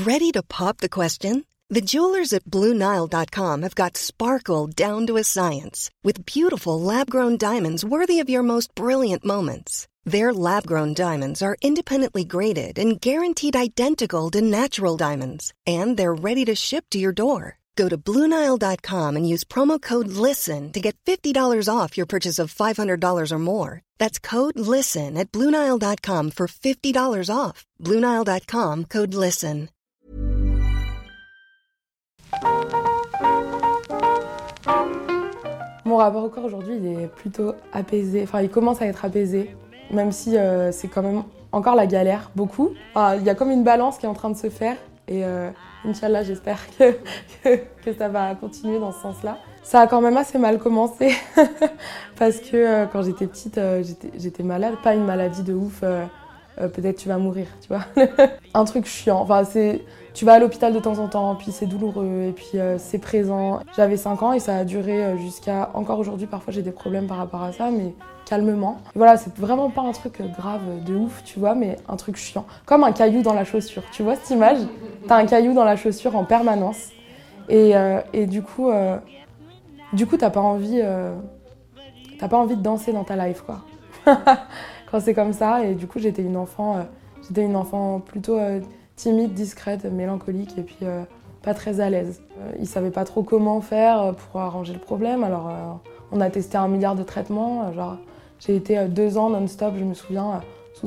Ready to pop the question? The jewelers at BlueNile.com have got sparkle down to a science with beautiful lab-grown diamonds worthy of your most brilliant moments. Their lab-grown diamonds are independently graded and guaranteed identical to natural diamonds, and they're ready to ship to your door. Go to BlueNile.com and use promo code LISTEN to get $50 off your purchase of $500 or more. That's code LISTEN at BlueNile.com for $50 off. BlueNile.com, code LISTEN. Mon rapport au corps aujourd'hui, il est plutôt apaisé. Enfin, il commence à être apaisé, même si c'est quand même encore la galère, beaucoup. Enfin, il y a comme une balance qui est en train de se faire. Et Inch'Allah, j'espère que ça va continuer dans ce sens-là. Ça a quand même assez mal commencé parce que quand j'étais petite, j'étais malade. Pas une maladie de ouf, peut-être tu vas mourir, tu vois. Un truc chiant. Enfin, tu vas à l'hôpital de temps en temps, puis c'est douloureux, et puis c'est présent. J'avais 5 ans et ça a duré jusqu'à... Encore aujourd'hui, parfois j'ai des problèmes par rapport à ça, mais calmement. Et voilà, c'est vraiment pas un truc grave de ouf, tu vois, mais un truc chiant. Comme un caillou dans la chaussure, tu vois cette image? T'as un caillou dans la chaussure en permanence. Et du coup, t'as pas envie de danser dans ta life, quoi. Quand c'est comme ça, et du coup, j'étais une enfant plutôt timide, discrète, mélancolique, et puis pas très à l'aise. Ils savaient pas trop comment faire pour arranger le problème, alors on a testé 1 milliard de traitements. Genre, j'ai été 2 ans non-stop, je me souviens, sous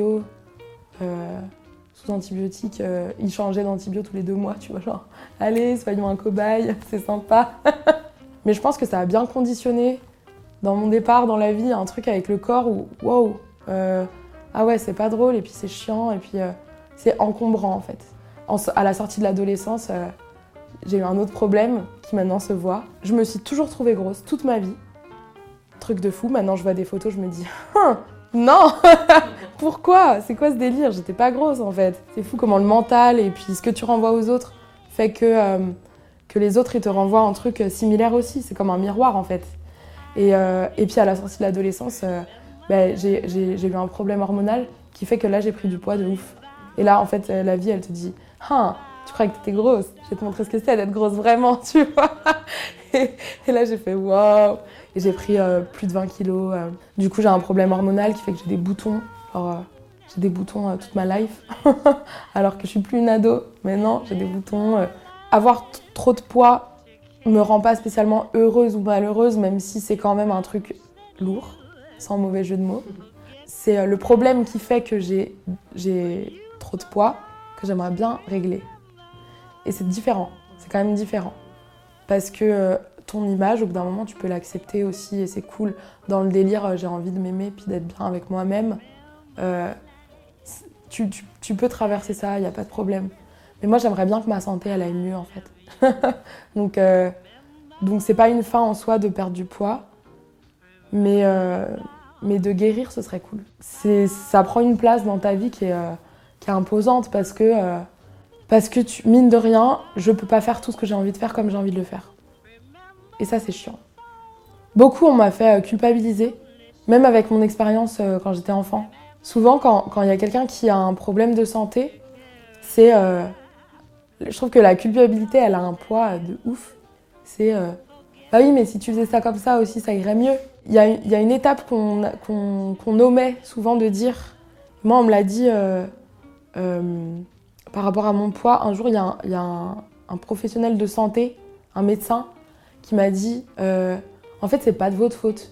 antibiotiques. Ils changeaient d'antibiotiques tous les 2 mois, tu vois, genre, allez, soyons un cobaye, c'est sympa. Mais je pense que ça a bien conditionné dans mon départ dans la vie, un truc avec le corps où, wow, ah ouais, c'est pas drôle, et puis c'est chiant, et puis c'est encombrant en fait. À la sortie de l'adolescence, j'ai eu un autre problème qui maintenant se voit. Je me suis toujours trouvée grosse toute ma vie. Truc de fou, maintenant je vois des photos, je me dis non. Pourquoi? C'est quoi ce délire? J'étais pas grosse en fait. C'est fou comment le mental et puis ce que tu renvoies aux autres fait que les autres ils te renvoient un truc similaire aussi. C'est comme un miroir en fait. Et puis à la sortie de l'adolescence, j'ai eu un problème hormonal qui fait que là j'ai pris du poids de ouf. Et là en fait la vie elle te dit tu croyais que t'étais grosse, je vais te montrer ce que c'est d'être grosse vraiment, tu vois. Et là j'ai fait waouh. Et j'ai pris plus de 20 kilos. Du coup j'ai un problème hormonal qui fait que j'ai des boutons. J'ai des boutons toute ma life. Alors que je suis plus une ado. Mais non, j'ai des boutons. Avoir trop de poids me rend pas spécialement heureuse ou malheureuse, même si c'est quand même un truc lourd, sans mauvais jeu de mots. C'est le problème qui fait que j'ai trop de poids que j'aimerais bien régler. Et c'est différent, c'est quand même différent. Parce que ton image, au bout d'un moment, tu peux l'accepter aussi et c'est cool. Dans le délire, j'ai envie de m'aimer puis d'être bien avec moi-même. Tu peux traverser ça, il n'y a pas de problème. Mais moi, j'aimerais bien que ma santé, elle aille mieux, en fait. Donc, c'est pas une fin en soi de perdre du poids, mais de guérir, ce serait cool. Ça prend une place dans ta vie qui est imposante parce que mine de rien, je peux pas faire tout ce que j'ai envie de faire comme j'ai envie de le faire. Et ça, c'est chiant. Beaucoup, on m'a fait culpabiliser, même avec mon expérience quand j'étais enfant. Souvent, quand il y a quelqu'un qui a un problème de santé, je trouve que la culpabilité, elle a un poids de ouf. C'est bah oui, mais si tu faisais ça comme ça aussi, ça irait mieux. Il y a une étape qu'on omet souvent de dire. Moi, on me l'a dit par rapport à mon poids. Un jour, il y a un professionnel de santé, un médecin, qui m'a dit en fait, c'est pas de votre faute.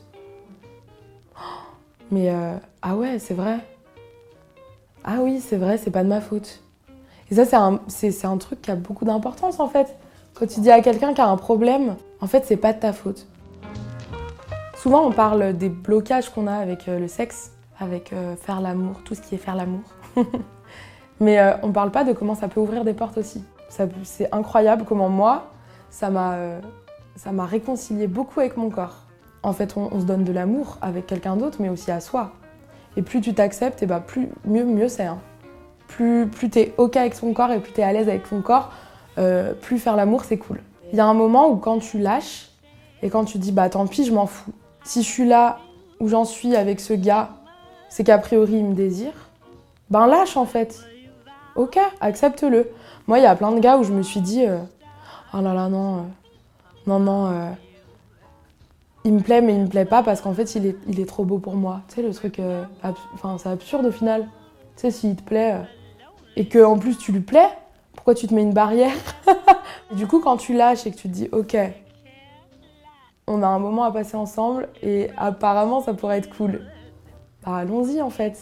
Mais ah ouais, c'est vrai. Ah oui, c'est vrai, c'est pas de ma faute. Et ça, c'est un truc qui a beaucoup d'importance en fait. Quand tu dis à quelqu'un qui a un problème, en fait, c'est pas de ta faute. Souvent, on parle des blocages qu'on a avec le sexe, avec faire l'amour, tout ce qui est faire l'amour. Mais on parle pas de comment ça peut ouvrir des portes aussi. C'est incroyable comment moi, ça m'a réconcilié beaucoup avec mon corps. En fait, on se donne de l'amour avec quelqu'un d'autre, mais aussi à soi. Et plus tu t'acceptes, et bah mieux c'est. Hein. Plus t'es OK avec son corps et plus t'es à l'aise avec son corps, plus faire l'amour, c'est cool. Il y a un moment où quand tu lâches et quand tu dis bah tant pis, je m'en fous. Si je suis là où j'en suis avec ce gars, c'est qu'a priori il me désire. Ben lâche en fait. ok, accepte-le. Moi, il y a plein de gars où je me suis dit, oh là là, non, il me plaît, mais il me plaît pas parce qu'en fait, il est trop beau pour moi. Tu sais, le truc, c'est absurde au final. Tu sais, s'il te plaît et qu'en plus tu lui plais, pourquoi tu te mets une barrière? Et du coup, quand tu lâches et que tu te dis, ok, on a un moment à passer ensemble et apparemment ça pourrait être cool. Bah allons-y en fait.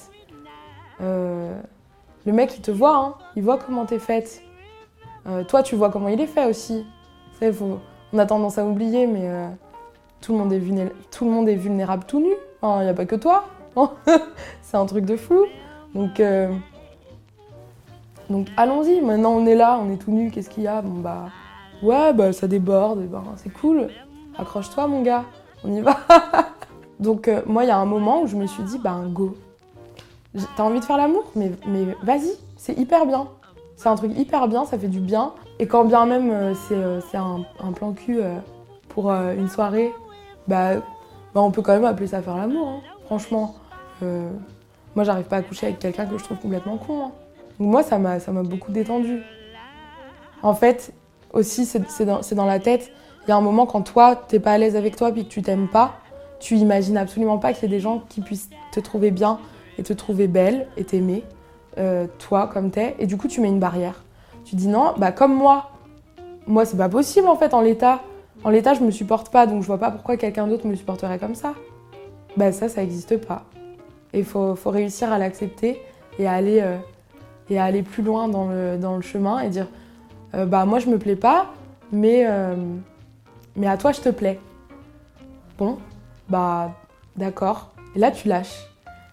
Le mec il te voit, hein, il voit comment t'es faite. Toi tu vois comment il est fait aussi. On a tendance à oublier mais tout le monde est vulnérable tout nu. Enfin, y a pas que toi. C'est un truc de fou. Donc allons-y, maintenant on est là, on est tout nu, qu'est-ce qu'il y a? Bon bah ouais, bah ça déborde, ben, c'est cool. Accroche-toi mon gars, on y va. Donc moi il y a un moment où je me suis dit, ben go. T'as envie de faire l'amour? Mais vas-y, c'est hyper bien. C'est un truc hyper bien, ça fait du bien. Et quand bien même c'est un plan cul pour une soirée, bah on peut quand même appeler ça faire l'amour, hein. Franchement. Moi j'arrive pas à coucher avec quelqu'un que je trouve complètement con, hein. Donc moi ça m'a beaucoup détendue. En fait, aussi c'est dans la tête. Il y a un moment quand toi t'es pas à l'aise avec toi puis que tu t'aimes pas, tu imagines absolument pas qu'il y ait des gens qui puissent te trouver bien et te trouver belle et t'aimer, toi comme t'es. Et du coup tu mets une barrière. Tu dis non, bah comme moi c'est pas possible en fait en l'état. En l'état je me supporte pas donc je vois pas pourquoi quelqu'un d'autre me supporterait comme ça. Bah ça existe pas. Et faut réussir à l'accepter et à aller plus loin dans le chemin et dire bah moi je me plais pas mais à toi je te plais. Bon, bah d'accord. Et là tu lâches.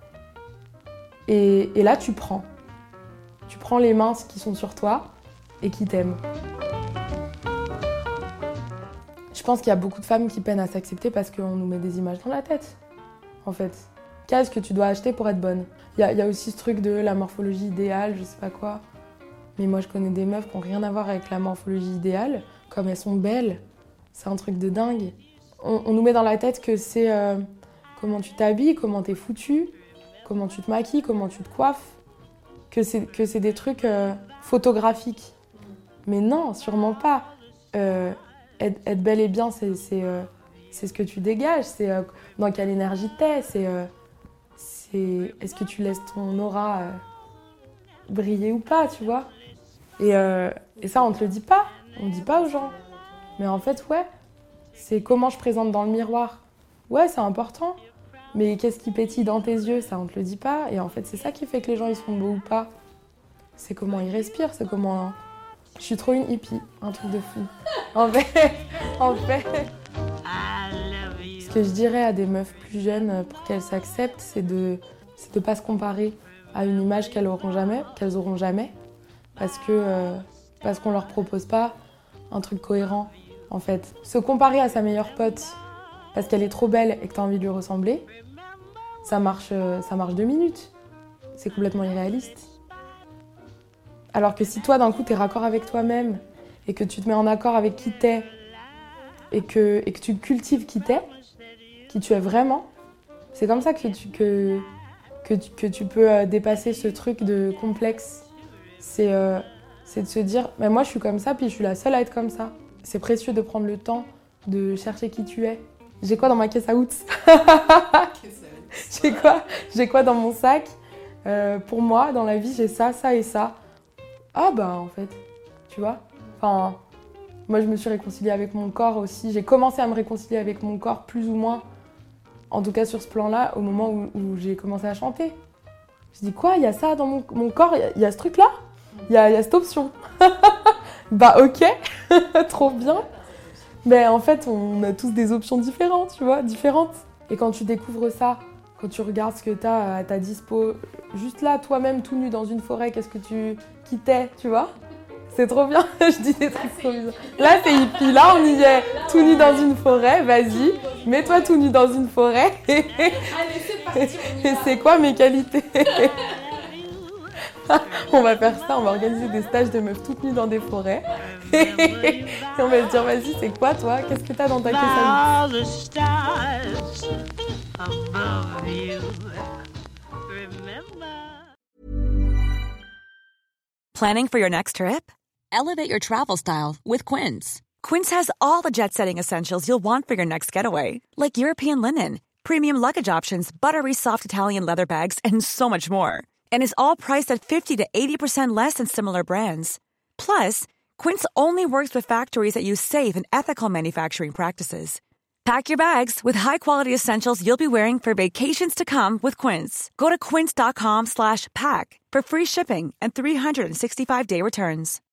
Et là tu prends. Tu prends les mains qui sont sur toi et qui t'aiment. Je pense qu'il y a beaucoup de femmes qui peinent à s'accepter parce qu'on nous met des images dans la tête, en fait. Qu'est-ce que tu dois acheter pour être bonne? Il y a aussi ce truc de la morphologie idéale, je sais pas quoi. Mais moi, je connais des meufs qui n'ont rien à voir avec la morphologie idéale. Comme elles sont belles, c'est un truc de dingue. On nous met dans la tête que c'est comment tu t'habilles, comment t'es foutu, comment tu te maquilles, comment tu te coiffes. Que c'est des trucs photographiques. Mais non, sûrement pas. Être belle et bien, c'est ce que tu dégages. C'est dans quelle énergie t'es. Est-ce que tu laisses ton aura briller ou pas, tu vois? Et ça, on te le dit pas. On le dit pas aux gens. Mais en fait, ouais, c'est comment je présente dans le miroir. Ouais, c'est important. Mais qu'est-ce qui pétille dans tes yeux? Ça, on te le dit pas. Et en fait, c'est ça qui fait que les gens, ils sont beaux ou pas. C'est comment ils respirent, c'est comment... Je suis trop une hippie, un truc de fou. En fait... Ce que je dirais à des meufs plus jeunes pour qu'elles s'acceptent, c'est de pas se comparer à une image qu'elles auront jamais, parce qu'on leur propose pas un truc cohérent, en fait. Se comparer à sa meilleure pote parce qu'elle est trop belle et que t'as envie de lui ressembler, ça marche 2 minutes. C'est complètement irréaliste. Alors que si toi, d'un coup, t'es raccord avec toi-même et que tu te mets en accord avec qui t'es et que tu cultives qui t'es, qui tu es vraiment, c'est comme ça que tu peux dépasser ce truc de complexe. C'est de se dire, mais moi, je suis comme ça, puis je suis la seule à être comme ça. C'est précieux de prendre le temps de chercher qui tu es. J'ai quoi dans ma caisse à outils? J'ai quoi dans mon sac? Pour moi, dans la vie, j'ai ça, ça et ça. Ah bah en fait, tu vois. Enfin, moi je me suis réconciliée avec mon corps aussi. J'ai commencé à me réconcilier avec mon corps plus ou moins, en tout cas sur ce plan-là, au moment où j'ai commencé à chanter. Je dis quoi, il y a ça dans mon corps, il y a ce truc-là, il y a cette option. Bah ok, trop bien. Mais en fait, on a tous des options différentes, tu vois, différentes. Et quand tu découvres ça, quand tu regardes ce que tu as à ta dispo, juste là, toi-même, tout nu dans une forêt, qu'est-ce que qui t'es, tu vois? C'est trop bien, je dis des trucs trop bizarres. Là, c'est hippie, là, on y est, tout nu dans une forêt, vas-y, mets-toi tout nu dans une forêt. Allez, c'est parti, on y va. Et c'est quoi mes qualités? On va faire ça, on va organiser des stages de meufs toutes nues dans des forêts. Et on va se dire, vas-y, c'est quoi toi? Qu'est-ce que t'as dans ta caisse à outils? Planning for your next trip? Elevate your travel style with Quince. Quince has all the jet-setting essentials you'll want for your next getaway, like European linen, premium luggage options, buttery soft Italian leather bags, and so much more. And is all priced at 50 to 80% less than similar brands. Plus, Quince only works with factories that use safe and ethical manufacturing practices. Pack your bags with high-quality essentials you'll be wearing for vacations to come with Quince. Go to quince.com/pack for free shipping and 365-day returns.